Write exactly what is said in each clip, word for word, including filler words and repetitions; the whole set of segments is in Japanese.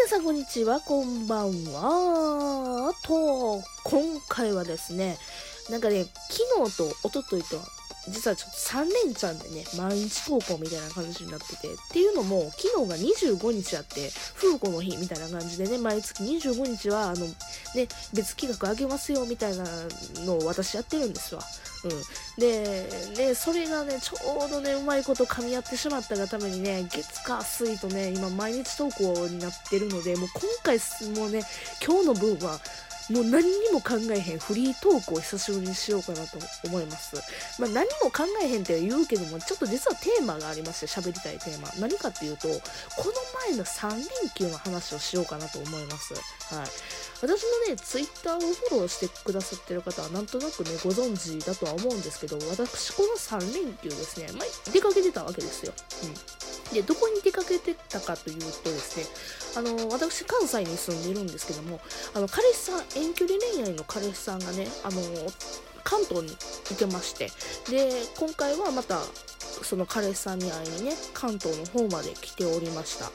さんこんにちは、こんばんは。と、今回はですね、なんかね、昨日と一昨日と、実はちょっとさん連チャンでね、毎日投稿みたいな感じになってて、っていうのも、昨日がにじゅうごにちあって、フーコの日みたいな感じでね、毎月にじゅうごにちは、あの、ね、別企画あげますよみたいなのを私やってるんですわ。うん。で、ね、それがね、ちょうどね、うまいこと噛み合ってしまったがためにね、月火水とね、今毎日投稿になってるので、もう今回、もうね、今日の分は、もう何にも考えへんフリートークを久しぶりにしようかなと思います。まあ何も考えへんって言うけども、ちょっと実はテーマがありまして、喋りたいテーマ。何かっていうと、この前のさん連休の話をしようかなと思います。はい。私のね、ツイッターをフォローしてくださってる方はなんとなくね、ご存知だとは思うんですけど、私このさん連休ですね、まあ、出かけてたわけですよ。うん。で、どこに出かけてたかというとですね、あの、私関西に住んでいるんですけども、あの、彼氏さん、遠距離恋愛の彼氏さんがね、あの、関東にいてまして、で、今回はまた、その彼氏さんに会いにね、関東の方まで来ておりました。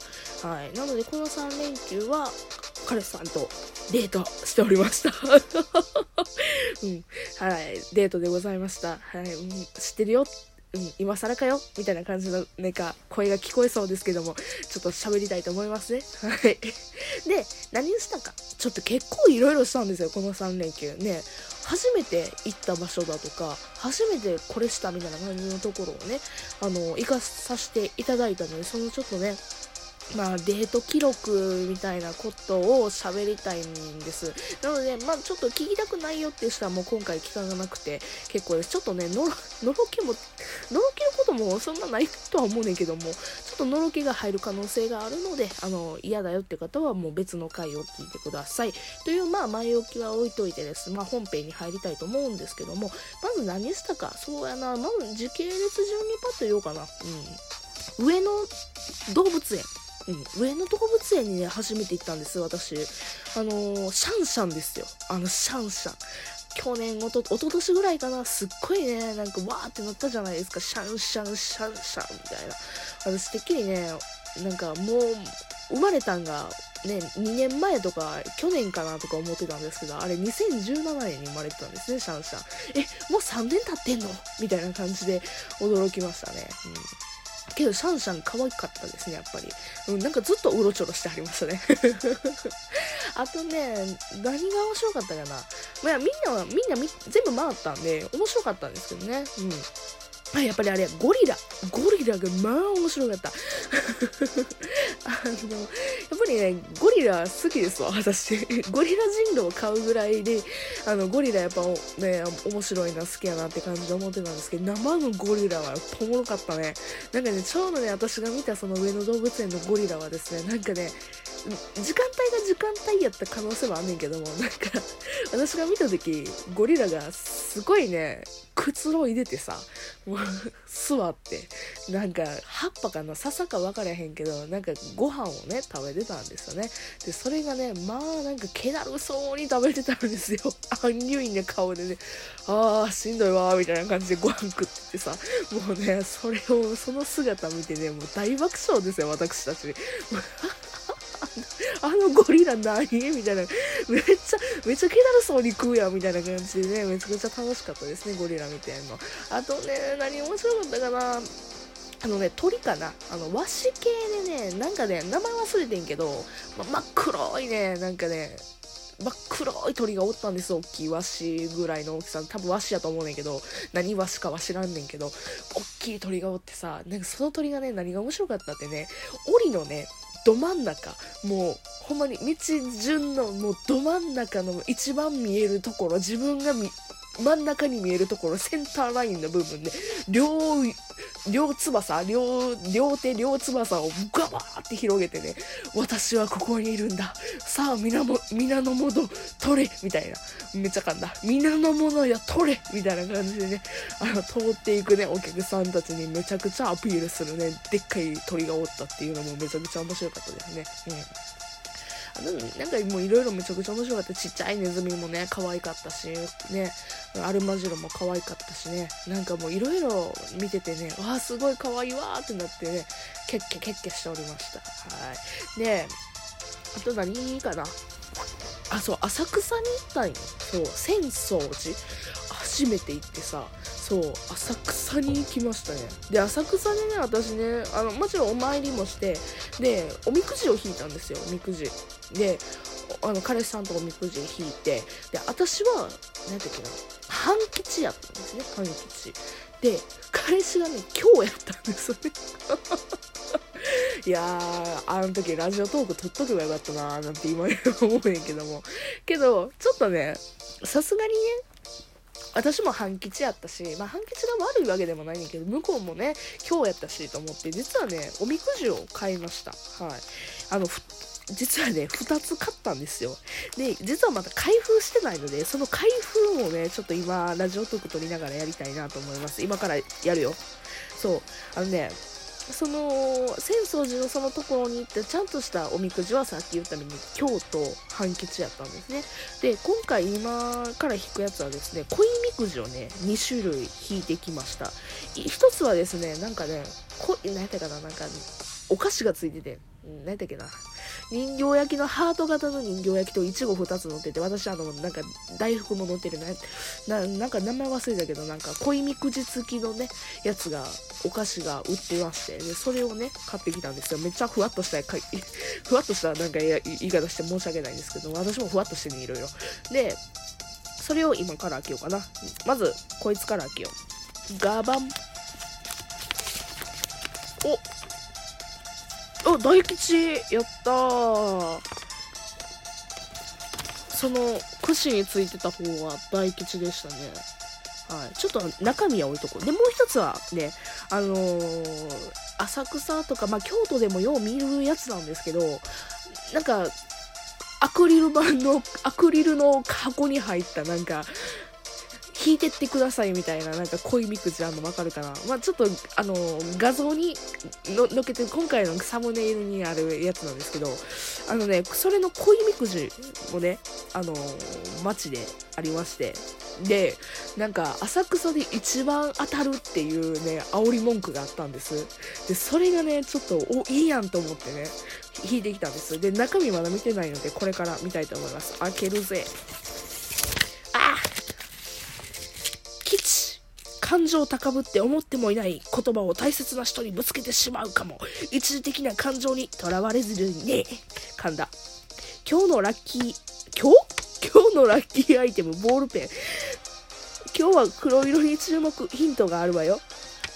はい。なので、このさん連休は、彼氏さんとデートしておりました。うん。はい。デートでございました。はい。うん、知ってるよ。うん、今更かよみたいな感じのなんか声が聞こえそうですけども、ちょっと喋りたいと思いますね。はい。で、何をしたか。ちょっと結構いろいろしたんですよ、このさん連休。ね。初めて行った場所だとか、初めてこれしたみたいな感じのところをね、あの、行かさせていただいたので、そのちょっとね、まあ、デート記録みたいなことを喋りたいんです。なので、まあ、ちょっと聞きたくないよっていう人はもう今回聞かなくて結構です。ちょっとね、のろ、のろけも、のろけることもそんなないとは思うねんけども、ちょっとのろけが入る可能性があるので、あの、嫌だよって方はもう別の回を聞いてください。という、まあ、前置きは置いといてです。まあ、本編に入りたいと思うんですけども、まず何したか、そうやな、まず時系列順にパッと言おうかな。うん。上野動物園。うん、上野動物園にね、初めて行ったんです、私。あのー、シャンシャンですよ。あの、シャンシャン。去年、おと、おととしぐらいかな、すっごいね、なんかわーってなったじゃないですか。シャンシャン、シャンシャン、みたいな。私、てっきりね、なんかもう、生まれたんが、ね、にねんまえとか、去年かなとか思ってたんですけど、あれにせんじゅうななねんに生まれてたんですね、シャンシャン。え、もうさんねん経ってんのみたいな感じで驚きましたね。うんけどシャンシャン可愛かったですね、やっぱり。うん、なんかずっとうろちょろしてありましたね。あとね、何が面白かったかな。まあ、みんなは、みんなみ全部回ったんで、面白かったんですけどね。うん。やっぱりあれ、ゴリラ。ゴリラがまあ面白かった。あの、やっぱりね、ゴリラ好きですわ、私。ゴリラ人狼を買うぐらいで、あの、ゴリラやっぱね、面白いな、好きやなって感じで思ってたんですけど、生のゴリラはおもろかったね。なんかね、ちょうどね、私が見たその上野動物園のゴリラはですね、なんかね、時間帯が時間帯やった可能性もあんねんけども、なんか、私が見た時ゴリラがすごいね、くつろいでてさ、もう座ってなんか葉っぱかな笹か分からへんけど、なんかご飯をね食べてたんですよね。でそれがね、まあなんか気だるそうに食べてたんですよ。アンニュイな顔でね、あーしんどいわーみたいな感じでご飯食っててさ、もうね、それをその姿見てね、もう大爆笑ですよ、私たち。あのゴリラ何みたいな、めっちゃめっちゃ気だるそうに食うやんみたいな感じでね、めちゃくちゃ楽しかったですね、ゴリラ見てんの。あとね、何面白かったかな、あのね、鳥かな、あのワシ系でね、なんかね、名前忘れてんけど、ま、真っ黒いね、なんかね、真っ黒い鳥がおったんです。大きいワシぐらいの大きさ、多分ワシやと思うねんけど、何ワシかは知らんねんけど、大きい鳥がおってさ、なんかその鳥がね、何が面白かったってね、檻のね、ど真ん中、もうほんまに道順のもうど真ん中の一番見えるところ、自分が見真ん中に見えるところ、センターラインの部分で両両翼両両手両翼をガバーって広げてね、私はここにいるんだ、さあ皆も皆の者取れみたいな、めっちゃ噛んだ、皆の者や取れみたいな感じでね、あの通っていくねお客さんたちにめちゃくちゃアピールするね、でっかい鳥がおったっていうのもめちゃくちゃ面白かったですね。うん、なんかもういろいろめちゃくちゃ面白かった。ちっちゃいネズミもね可愛かったしね、アルマジロも可愛かったしね、なんかもういろいろ見ててね、わあすごい可愛いわーってなってね、ケッケケッケしておりました。はい。であと何かな、あ、そう、浅草に行ったんよ。そう、浅草寺初めて行ってさ、そう、浅草に行きましたね。で、浅草でね、私ね、あの、もちろんお参りもして、で、おみくじを引いたんですよ、おみくじ。で、あの、彼氏さんとおみくじ引いて、で、私は、何だっけな、半吉やったんですね、半吉。で、彼氏がね、今日やったんですよね。いやー、あの時ラジオトーク撮っとけばよかったなーなんて今思うんやけども。けど、ちょっとね、さすがにね、私も半吉やったし、まあ半吉が悪いわけでもないねんけど、向こうもね、今日やったしと思って、実はね、おみくじを買いました。はい。あの、実はね、ふたつ買ったんですよ。で、実はまだ開封してないので、その開封をね、ちょっと今、ラジオトーク撮りながらやりたいなと思います。今からやるよ。そう。あのね、その浅草寺のそのところに行ってちゃんとしたおみくじはさっき言ったように京都半吉やったんですね。で、今回今から引くやつはですね、恋みくじをねに種類引いてきました。一つはですね、なんかね、こ何やったかな、なんか、ね、お菓子がついてて、何やったっけな、人形焼きのハート型の人形焼きといちごふたつ乗ってて、私あのなんか大福も乗ってるな、ななんか名前忘れたけど、なんか恋みくじ付きのねやつが、お菓子が売ってまして、でそれをね買ってきたんですよ。めっちゃふわっとしたかふわっとしたなんか言い方して申し訳ないんですけど、私もふわっとしてね、いろいろで、それを今から開けようかな。まずこいつから開けよう。ガバン。おお、大吉やったー。その串についてた方は大吉でしたね。はい、ちょっと中身は置いとこう。で、もう一つはね、あのー、浅草とか、まあ、京都でもよう見るやつなんですけど、なんかアクリル板のアクリルの箱に入ったなんか引いてってくださいみたいな、なんか恋みくじあんの分かるかな。まあちょっとあの画像にののっけて、今回のサムネイルにあるやつなんですけど、あのね、それの恋みくじもね、あの街でありまして、で、なんか浅草で一番当たるっていうね煽り文句があったんです。で、それがねちょっとおいいやんと思ってね引いてきたんです。で、中身まだ見てないのでこれから見たいと思います。開けるぜ。あ吉。感情高ぶって思ってもいない言葉を大切な人にぶつけてしまうかも。一時的な感情にとらわれずにね。噛んだ。今日のラッキー今日今日のラッキーアイテム、ボールペン。今日は黒色に注目。ヒントがあるわよ。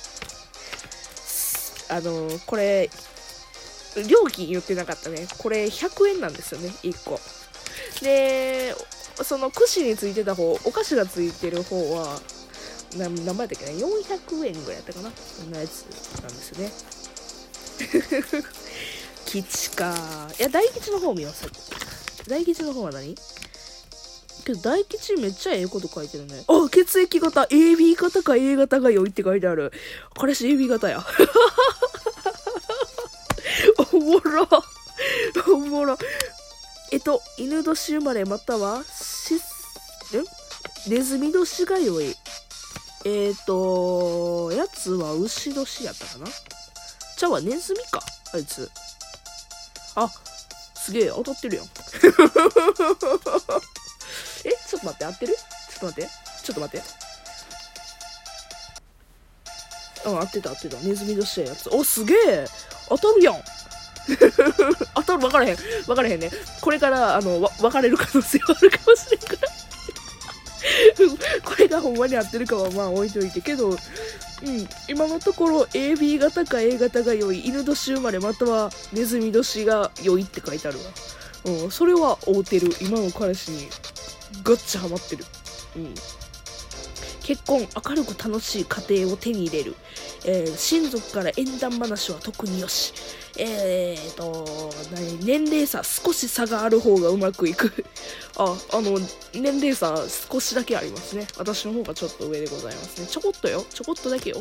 あのー、これ料金言ってなかったね。これひゃくえんなんですよね、いっこで。その串についてた方、お菓子がついてる方はな何枚だっけな、よんひゃくえんぐらいやったかな、そんなやつなんですよね。吉か。いや、大吉の方見よう。さっき大吉の方は何けど、大吉めっちゃええこと書いてるね。あ、血液型 エービー 型か A 型が良いって書いてある。彼氏 エービー 型や。おもろおもろ。えっと犬年生まれまたはしんネズミ年が良い。えっ、ー、とやつは牛年やったかな。じゃあネズミか、あいつ。あ、すげえ当たってるやん。え、ちょっと待って、合ってる？ちょっと待ってちょっと待ってあ、合ってた合ってた。ネズミ年ややつ。お、すげえ当たるやん。当たる。分からへん分からへんね。これからあのわ分かれる可能性はあるかもしれんからこれがほんまに合ってるかはまあ置いといて、けど、うん、今のところ エービー 型か A 型が良い、犬年生まれまたはネズミ年が良いって書いてあるわ。うん、それは合うてる。今の彼氏にガッチハマってる。うん。結婚、明るく楽しい家庭を手に入れる。えー、親族から縁談話は特によし。えーと、何、年齢差、少し差がある方がうまくいく。あ、あの、年齢差少しだけありますね。私の方がちょっと上でございますね。ちょこっとよ。ちょこっとだけよ。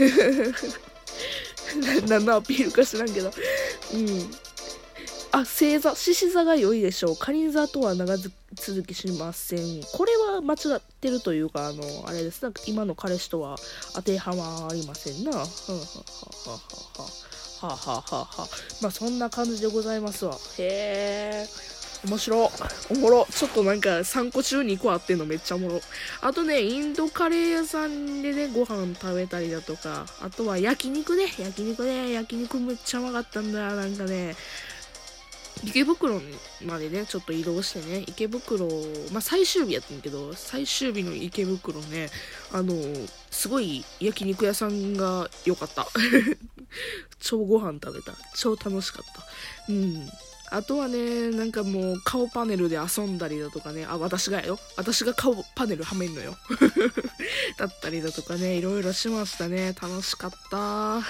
何のアピールか知らんけど。うん。あ、星座、獅子座が良いでしょう。蟹座とは長続きしません。これは間違ってるというか、あの、あれですね。今の彼氏とは当てはまりませんな。はははははは。 はあ、はあはあはあ、まあそんな感じでございますわ。へえ、面白おもろ。ちょっとなんかさんこ中にこあってんのめっちゃおもろ。あとね、インドカレー屋さんでねご飯食べたりだとか、あとは焼肉ね焼肉ね焼肉めっちゃうまかったんだよ。なんかね、池袋までねちょっと移動してね、池袋、まあ最終日やったんやけど、最終日の池袋ね、あのすごい焼肉屋さんが良かった超ご飯食べた、超楽しかった。うん。あとはね、なんかもう顔パネルで遊んだりだとかね、あ、私がよ、私が顔パネルはめんのよだったりだとかね、いろいろしましたね。楽しかったはい。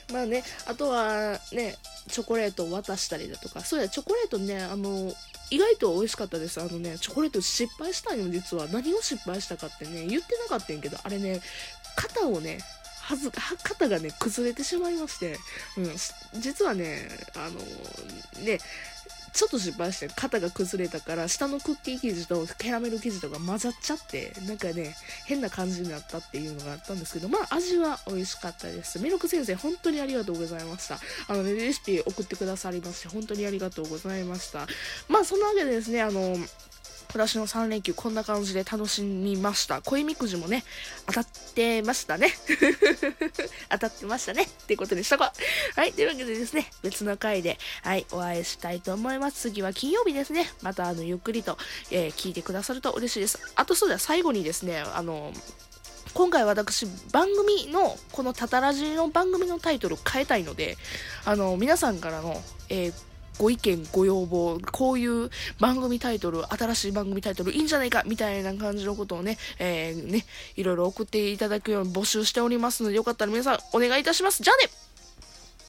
まあね、あとはね、チョコレートを渡したりだとか、そうや、チョコレートね、あの意外と美味しかったです。あのね、チョコレート失敗したんよ、実は。何を失敗したかってね、言ってなかったんやけど、あれね、型をね、はず、肩がね、崩れてしまいまして、うん、実はね、あのね、ちょっと失敗して、肩が崩れたから、下のクッキー生地とキャラメル生地とか混ざっちゃって、なんかね、変な感じになったっていうのがあったんですけど、まあ、味は美味しかったです。ミルク先生、本当にありがとうございました。あのね、レシピ送ってくださりまして、本当にありがとうございました。まあ、そんなわけでですね、あの、私のさん連休こんな感じで楽しみました。恋みくじもね、当たってましたね。当たってましたね。っていうことにしとこう。はい。というわけでですね、別の回で、はい、お会いしたいと思います。次は金曜日ですね。また、あの、ゆっくりと、えー、聞いてくださると嬉しいです。あと、そうだ、最後にですね、あの、今回私、番組の、このタタラジの番組のタイトルを変えたいので、あの、皆さんからの、えーご意見、ご要望、こういう番組タイトル、新しい番組タイトルいいんじゃないかみたいな感じのことをね、えー、ね、いろいろ送っていただくように募集しておりますので、よかったら皆さんお願いいたします。じゃあね。